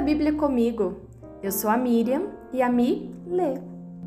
Bíblia comigo. Eu sou a Miriam e a Mi lê.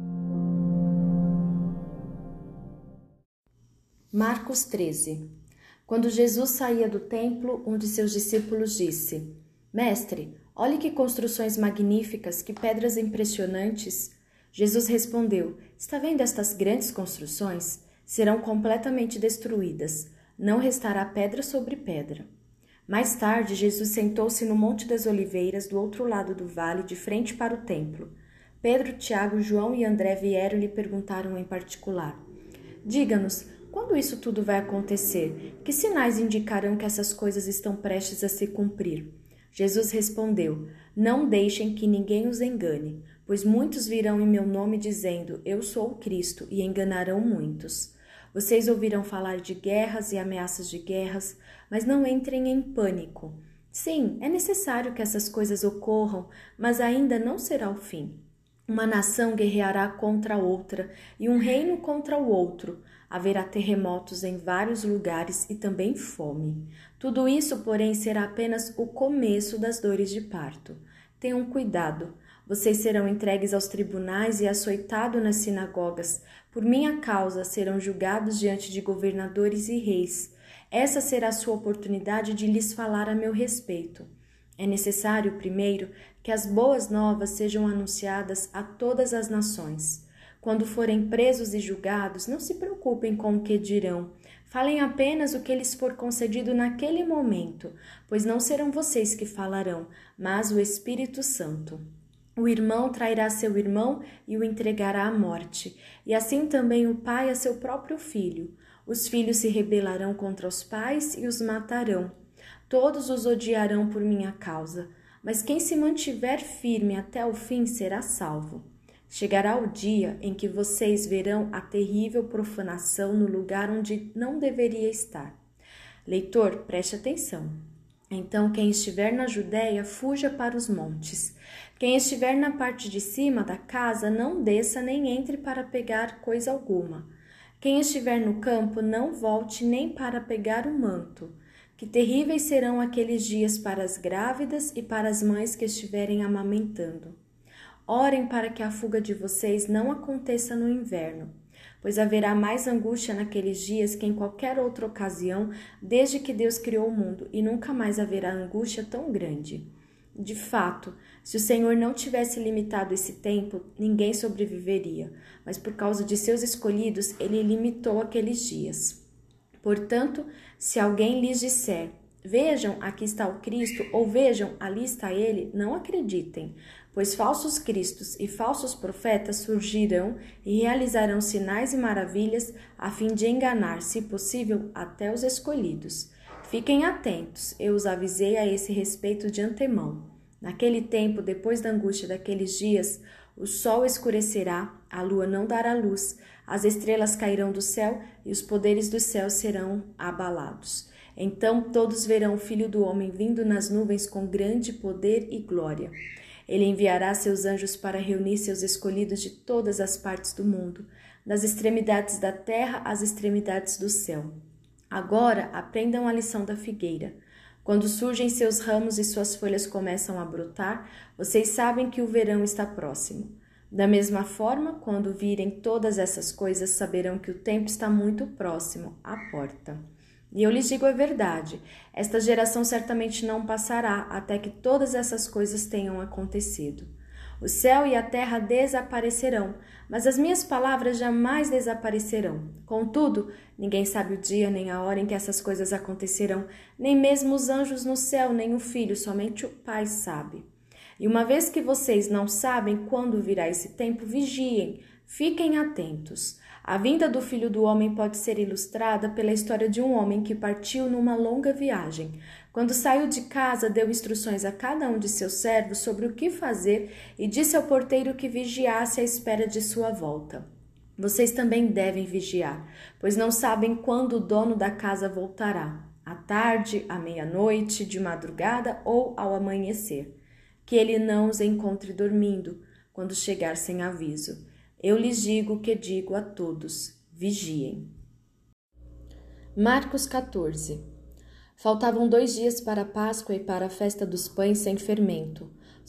Marcos 13. Quando Jesus saía do templo, um de seus discípulos disse: Mestre, olhe que construções magníficas, que pedras impressionantes. Jesus respondeu: Está vendo estas grandes construções? Serão completamente destruídas. Não restará pedra sobre pedra. Mais tarde, Jesus sentou-se no Monte das Oliveiras, do outro lado do vale, de frente para o templo. Pedro, Tiago, João e André vieram e lhe perguntaram em particular: Diga-nos, quando isso tudo vai acontecer? Que sinais indicarão que essas coisas estão prestes a se cumprir? Jesus respondeu: Não deixem que ninguém os engane, pois muitos virão em meu nome dizendo: Eu sou o Cristo, e enganarão muitos. Vocês ouvirão falar de guerras e ameaças de guerras, mas não entrem em pânico. Sim, é necessário que essas coisas ocorram, mas ainda não será o fim. Uma nação guerreará contra outra e um reino contra o outro. Haverá terremotos em vários lugares e também fome. Tudo isso, porém, será apenas o começo das dores de parto. Tenham cuidado. Vocês serão entregues aos tribunais e açoitados nas sinagogas. Por minha causa serão julgados diante de governadores e reis. Essa será a sua oportunidade de lhes falar a meu respeito. É necessário, primeiro, que as boas novas sejam anunciadas a todas as nações. Quando forem presos e julgados, não se preocupem com o que dirão. Falem apenas o que lhes for concedido naquele momento, pois não serão vocês que falarão, mas o Espírito Santo. O irmão trairá seu irmão e o entregará à morte, e assim também o pai a seu próprio filho. Os filhos se rebelarão contra os pais e os matarão. Todos os odiarão por minha causa, mas quem se mantiver firme até o fim será salvo. Chegará o dia em que vocês verão a terrível profanação no lugar onde não deveria estar. Leitor, preste atenção. Então, quem estiver na Judéia, fuja para os montes. Quem estiver na parte de cima da casa, não desça nem entre para pegar coisa alguma. Quem estiver no campo, não volte nem para pegar o manto. Que terríveis serão aqueles dias para as grávidas e para as mães que estiverem amamentando. Orem para que a fuga de vocês não aconteça no inverno, pois haverá mais angústia naqueles dias que em qualquer outra ocasião, desde que Deus criou o mundo, e nunca mais haverá angústia tão grande. De fato, se o Senhor não tivesse limitado esse tempo, ninguém sobreviveria, mas por causa de seus escolhidos, Ele limitou aqueles dias. Portanto, se alguém lhes disser: Vejam, aqui está o Cristo, ou vejam, ali está ele, não acreditem, pois falsos cristos e falsos profetas surgirão e realizarão sinais e maravilhas a fim de enganar, se possível, até os escolhidos. Fiquem atentos, eu os avisei a esse respeito de antemão. Naquele tempo, depois da angústia daqueles dias, o sol escurecerá, a lua não dará luz, as estrelas cairão do céu e os poderes do céu serão abalados. Então todos verão o Filho do Homem vindo nas nuvens com grande poder e glória. Ele enviará seus anjos para reunir seus escolhidos de todas as partes do mundo, das extremidades da terra às extremidades do céu. Agora aprendam a lição da figueira. Quando surgem seus ramos e suas folhas começam a brotar, vocês sabem que o verão está próximo. Da mesma forma, quando virem todas essas coisas, saberão que o tempo está muito próximo, à porta. E eu lhes digo a verdade, esta geração certamente não passará até que todas essas coisas tenham acontecido. O céu e a terra desaparecerão, mas as minhas palavras jamais desaparecerão. Contudo, ninguém sabe o dia nem a hora em que essas coisas acontecerão, nem mesmo os anjos no céu, nem o Filho, somente o Pai sabe. E uma vez que vocês não sabem quando virá esse tempo, vigiem, fiquem atentos. A vinda do Filho do Homem pode ser ilustrada pela história de um homem que partiu numa longa viagem. Quando saiu de casa, deu instruções a cada um de seus servos sobre o que fazer e disse ao porteiro que vigiasse à espera de sua volta. Vocês também devem vigiar, pois não sabem quando o dono da casa voltará, à tarde, à meia-noite, de madrugada ou ao amanhecer. Que ele não os encontre dormindo, quando chegar sem aviso. Eu lhes digo o que digo a todos: vigiem. Marcos 14. Faltavam 2 dias para a Páscoa e para a festa dos pães sem fermento.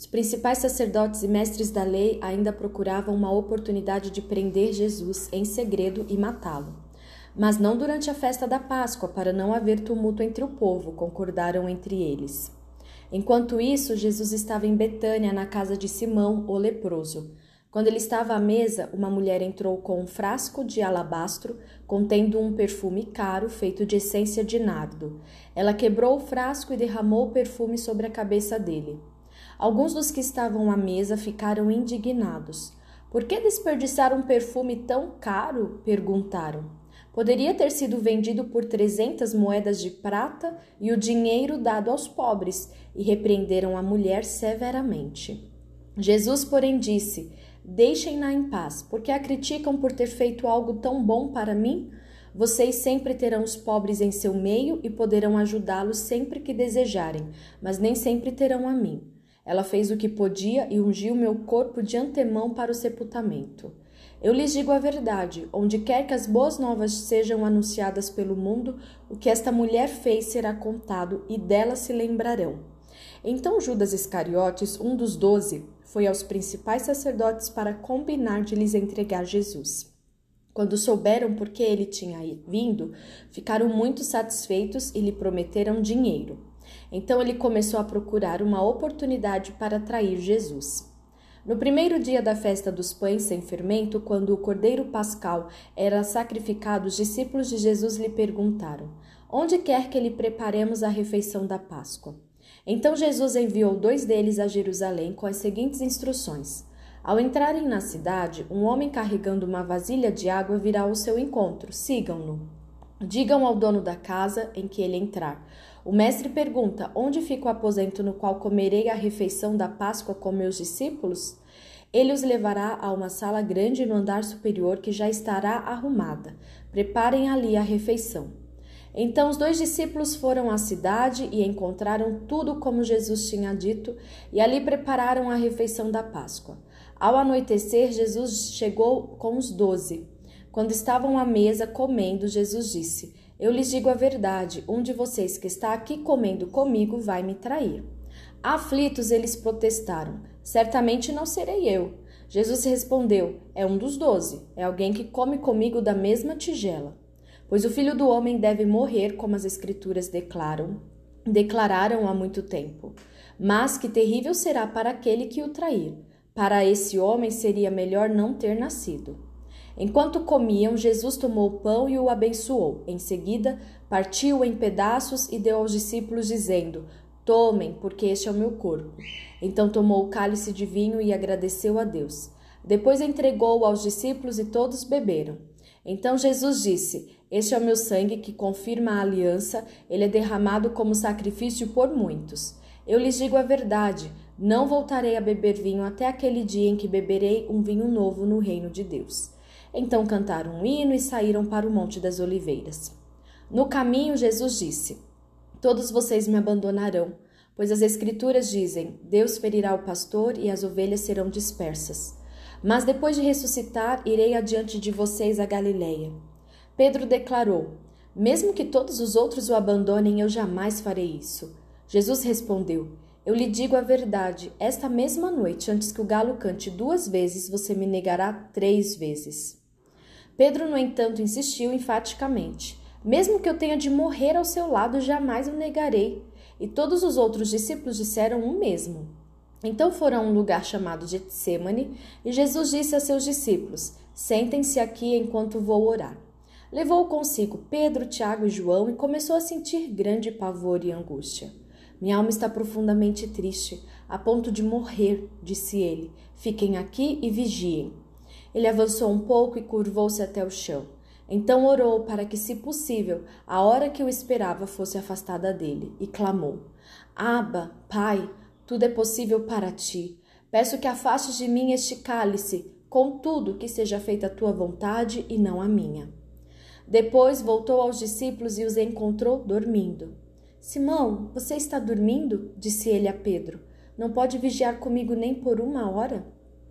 Os principais sacerdotes e mestres da lei ainda procuravam uma oportunidade de prender Jesus em segredo e matá-lo. Mas não durante a festa da Páscoa, para não haver tumulto entre o povo, concordaram entre eles. Enquanto isso, Jesus estava em Betânia, na casa de Simão, o leproso. Quando ele estava à mesa, uma mulher entrou com um frasco de alabastro contendo um perfume caro feito de essência de nardo. Ela quebrou o frasco e derramou o perfume sobre a cabeça dele. Alguns dos que estavam à mesa ficaram indignados. Por que desperdiçar um perfume tão caro? Perguntaram. Poderia ter sido vendido por 300 moedas de prata e o dinheiro dado aos pobres, e repreenderam a mulher severamente. Jesus, porém, disse: Deixem-na em paz, porque a criticam por ter feito algo tão bom para mim? Vocês sempre terão os pobres em seu meio e poderão ajudá-los sempre que desejarem, mas nem sempre terão a mim. Ela fez o que podia e ungiu meu corpo de antemão para o sepultamento. Eu lhes digo a verdade, onde quer que as boas novas sejam anunciadas pelo mundo, o que esta mulher fez será contado e dela se lembrarão. Então Judas Iscariotes, um dos 12, foi aos principais sacerdotes para combinar de lhes entregar Jesus. Quando souberam por que ele tinha vindo, ficaram muito satisfeitos e lhe prometeram dinheiro. Então ele começou a procurar uma oportunidade para trair Jesus. No primeiro dia da festa dos pães sem fermento, quando o cordeiro pascal era sacrificado, os discípulos de Jesus lhe perguntaram: Onde quer que lhe preparemos a refeição da Páscoa? Então Jesus enviou 2 deles a Jerusalém com as seguintes instruções: Ao entrarem na cidade, um homem carregando uma vasilha de água virá ao seu encontro. Sigam-no. Digam ao dono da casa em que ele entrar: O mestre pergunta: Onde fica o aposento no qual comerei a refeição da Páscoa com meus discípulos? Ele os levará a uma sala grande no andar superior que já estará arrumada. Preparem ali a refeição. Então os 2 discípulos foram à cidade e encontraram tudo como Jesus tinha dito, e ali prepararam a refeição da Páscoa. Ao anoitecer, Jesus chegou com os 12. Quando estavam à mesa comendo, Jesus disse: Eu lhes digo a verdade, um de vocês que está aqui comendo comigo vai me trair. Aflitos, eles protestaram: Certamente não serei eu. Jesus respondeu: É um dos 12, é alguém que come comigo da mesma tigela. Pois o Filho do Homem deve morrer, como as Escrituras declararam há muito tempo. Mas que terrível será para aquele que o trair. Para esse homem seria melhor não ter nascido. Enquanto comiam, Jesus tomou o pão e o abençoou. Em seguida, partiu-o em pedaços e deu aos discípulos, dizendo: Tomem, porque este é o meu corpo. Então tomou o cálice de vinho e agradeceu a Deus. Depois entregou-o aos discípulos e todos beberam. Então Jesus disse: Este é o meu sangue que confirma a aliança, ele é derramado como sacrifício por muitos. Eu lhes digo a verdade, não voltarei a beber vinho até aquele dia em que beberei um vinho novo no reino de Deus. Então cantaram um hino e saíram para o Monte das Oliveiras. No caminho, Jesus disse: Todos vocês me abandonarão, pois as Escrituras dizem: Deus ferirá o pastor e as ovelhas serão dispersas. Mas depois de ressuscitar, irei adiante de vocês a Galileia. Pedro declarou: Mesmo que todos os outros o abandonem, eu jamais farei isso. Jesus respondeu: Eu lhe digo a verdade, esta mesma noite, antes que o galo cante 2 vezes, você me negará 3 vezes. Pedro, no entanto, insistiu enfaticamente: Mesmo que eu tenha de morrer ao seu lado, jamais o negarei. E todos os outros discípulos disseram o mesmo. Então foram a um lugar chamado Getsêmani, e Jesus disse a seus discípulos: Sentem-se aqui enquanto vou orar. Levou consigo Pedro, Tiago e João e começou a sentir grande pavor e angústia. Minha alma está profundamente triste, a ponto de morrer, disse ele. Fiquem aqui e vigiem. Ele avançou um pouco e curvou-se até o chão. Então orou para que, se possível, a hora que o esperava fosse afastada dele, e clamou: Abba, Pai, tudo é possível para ti. Peço que afastes de mim este cálice, contudo que seja feita a tua vontade e não a minha. Depois voltou aos discípulos e os encontrou dormindo. Simão, você está dormindo? Disse ele a Pedro. Não pode vigiar comigo nem por 1 hora?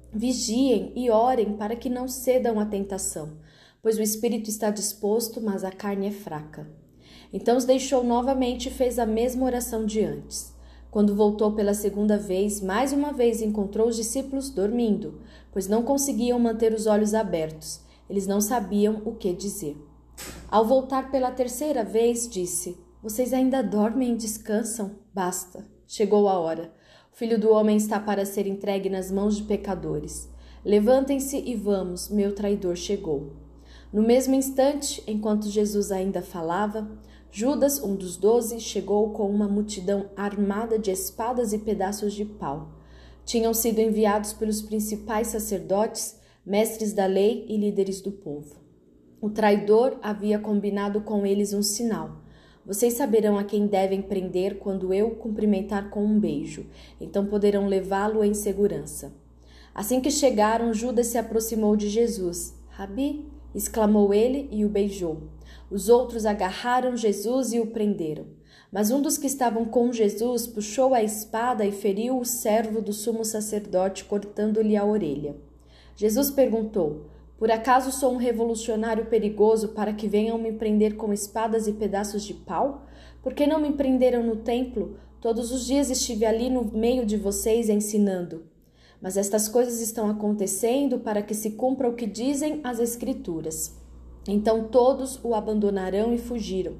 Vigiem e orem para que não cedam à tentação, pois o espírito está disposto, mas a carne é fraca. Então os deixou novamente e fez a mesma oração de antes. Quando voltou pela segunda vez, mais uma vez encontrou os discípulos dormindo, pois não conseguiam manter os olhos abertos. Eles não sabiam o que dizer. Ao voltar pela terceira vez, disse: Vocês ainda dormem e descansam? Basta. Chegou a hora. O Filho do Homem está para ser entregue nas mãos de pecadores. Levantem-se e vamos, meu traidor chegou. No mesmo instante, enquanto Jesus ainda falava, Judas, um dos 12, chegou com uma multidão armada de espadas e pedaços de pau. Tinham sido enviados pelos principais sacerdotes, mestres da lei e líderes do povo. O traidor havia combinado com eles um sinal. Vocês saberão a quem devem prender quando eu o cumprimentar com um beijo, então poderão levá-lo em segurança. Assim que chegaram, Judas se aproximou de Jesus. Rabi, exclamou ele e o beijou. Os outros agarraram Jesus e o prenderam. Mas um dos que estavam com Jesus puxou a espada e feriu o servo do sumo sacerdote, cortando-lhe a orelha. Jesus perguntou: Por acaso sou um revolucionário perigoso para que venham me prender com espadas e pedaços de pau? Por que não me prenderam no templo? Todos os dias estive ali no meio de vocês ensinando. Mas estas coisas estão acontecendo para que se cumpra o que dizem as Escrituras. Então todos o abandonaram e fugiram.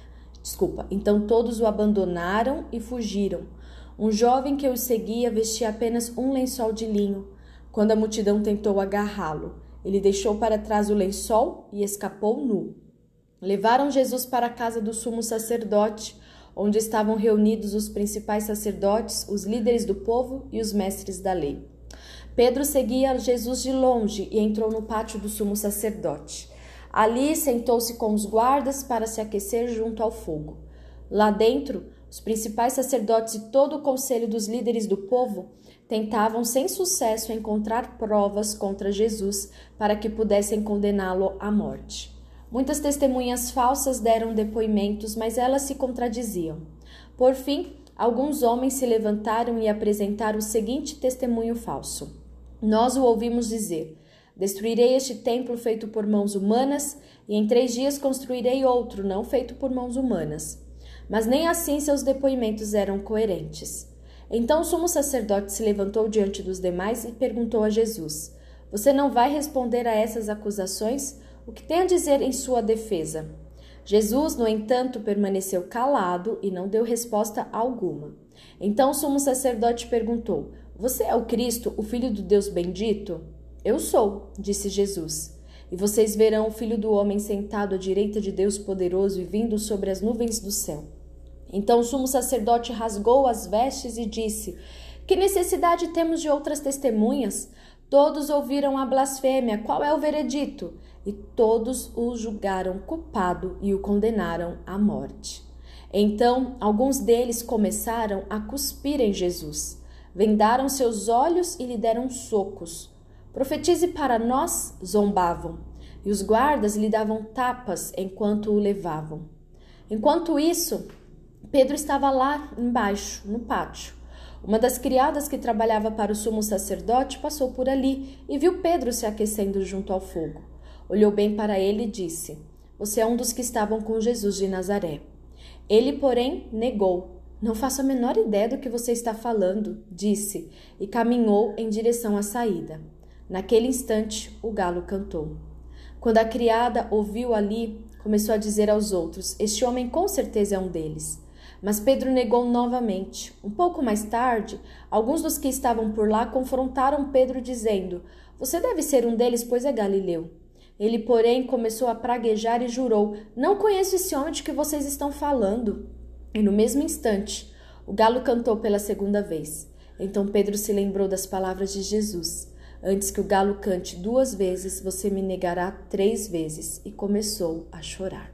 Então todos o abandonaram e fugiram. Um jovem que os seguia vestia apenas um lençol de linho. Quando a multidão tentou agarrá-lo, ele deixou para trás o lençol e escapou nu. Levaram Jesus para a casa do sumo sacerdote, onde estavam reunidos os principais sacerdotes, os líderes do povo e os mestres da lei. Pedro seguia Jesus de longe e entrou no pátio do sumo sacerdote. Ali sentou-se com os guardas para se aquecer junto ao fogo. Lá dentro, os principais sacerdotes e todo o conselho dos líderes do povo tentavam sem sucesso encontrar provas contra Jesus para que pudessem condená-lo à morte. Muitas testemunhas falsas deram depoimentos, mas elas se contradiziam. Por fim, alguns homens se levantaram e apresentaram o seguinte testemunho falso: Nós o ouvimos dizer: Destruirei este templo feito por mãos humanas, e em 3 dias construirei outro, não feito por mãos humanas. Mas nem assim seus depoimentos eram coerentes. Então o sumo sacerdote se levantou diante dos demais e perguntou a Jesus: Você não vai responder a essas acusações? O que tem a dizer em sua defesa? Jesus, no entanto, permaneceu calado e não deu resposta alguma. Então o sumo sacerdote perguntou: Você é o Cristo, o Filho do Deus bendito? Eu sou, disse Jesus. E vocês verão o Filho do Homem sentado à direita de Deus poderoso e vindo sobre as nuvens do céu. Então o sumo sacerdote rasgou as vestes e disse: Que necessidade temos de outras testemunhas? Todos ouviram a blasfêmia. Qual é o veredito? E todos o julgaram culpado e o condenaram à morte. Então alguns deles começaram a cuspir em Jesus. Vendaram seus olhos e lhe deram socos. Profetize para nós, zombavam, e os guardas lhe davam tapas enquanto o levavam. Enquanto isso, Pedro estava lá embaixo, no pátio. Uma das criadas que trabalhava para o sumo sacerdote passou por ali e viu Pedro se aquecendo junto ao fogo. Olhou bem para ele e disse: Você é um dos que estavam com Jesus de Nazaré. Ele, porém, negou. Não faço a menor ideia do que você está falando, disse, e caminhou em direção à saída. Naquele instante, o galo cantou. Quando a criada ouviu ali, começou a dizer aos outros: Este homem com certeza é um deles. Mas Pedro negou novamente. Um pouco mais tarde, alguns dos que estavam por lá confrontaram Pedro, dizendo: Você deve ser um deles, pois é galileu. Ele, porém, começou a praguejar e jurou: Não conheço esse homem de que vocês estão falando. E no mesmo instante, o galo cantou pela segunda vez. Então Pedro se lembrou das palavras de Jesus: Antes que o galo cante 2 vezes, você me negará 3 vezes. E começou a chorar.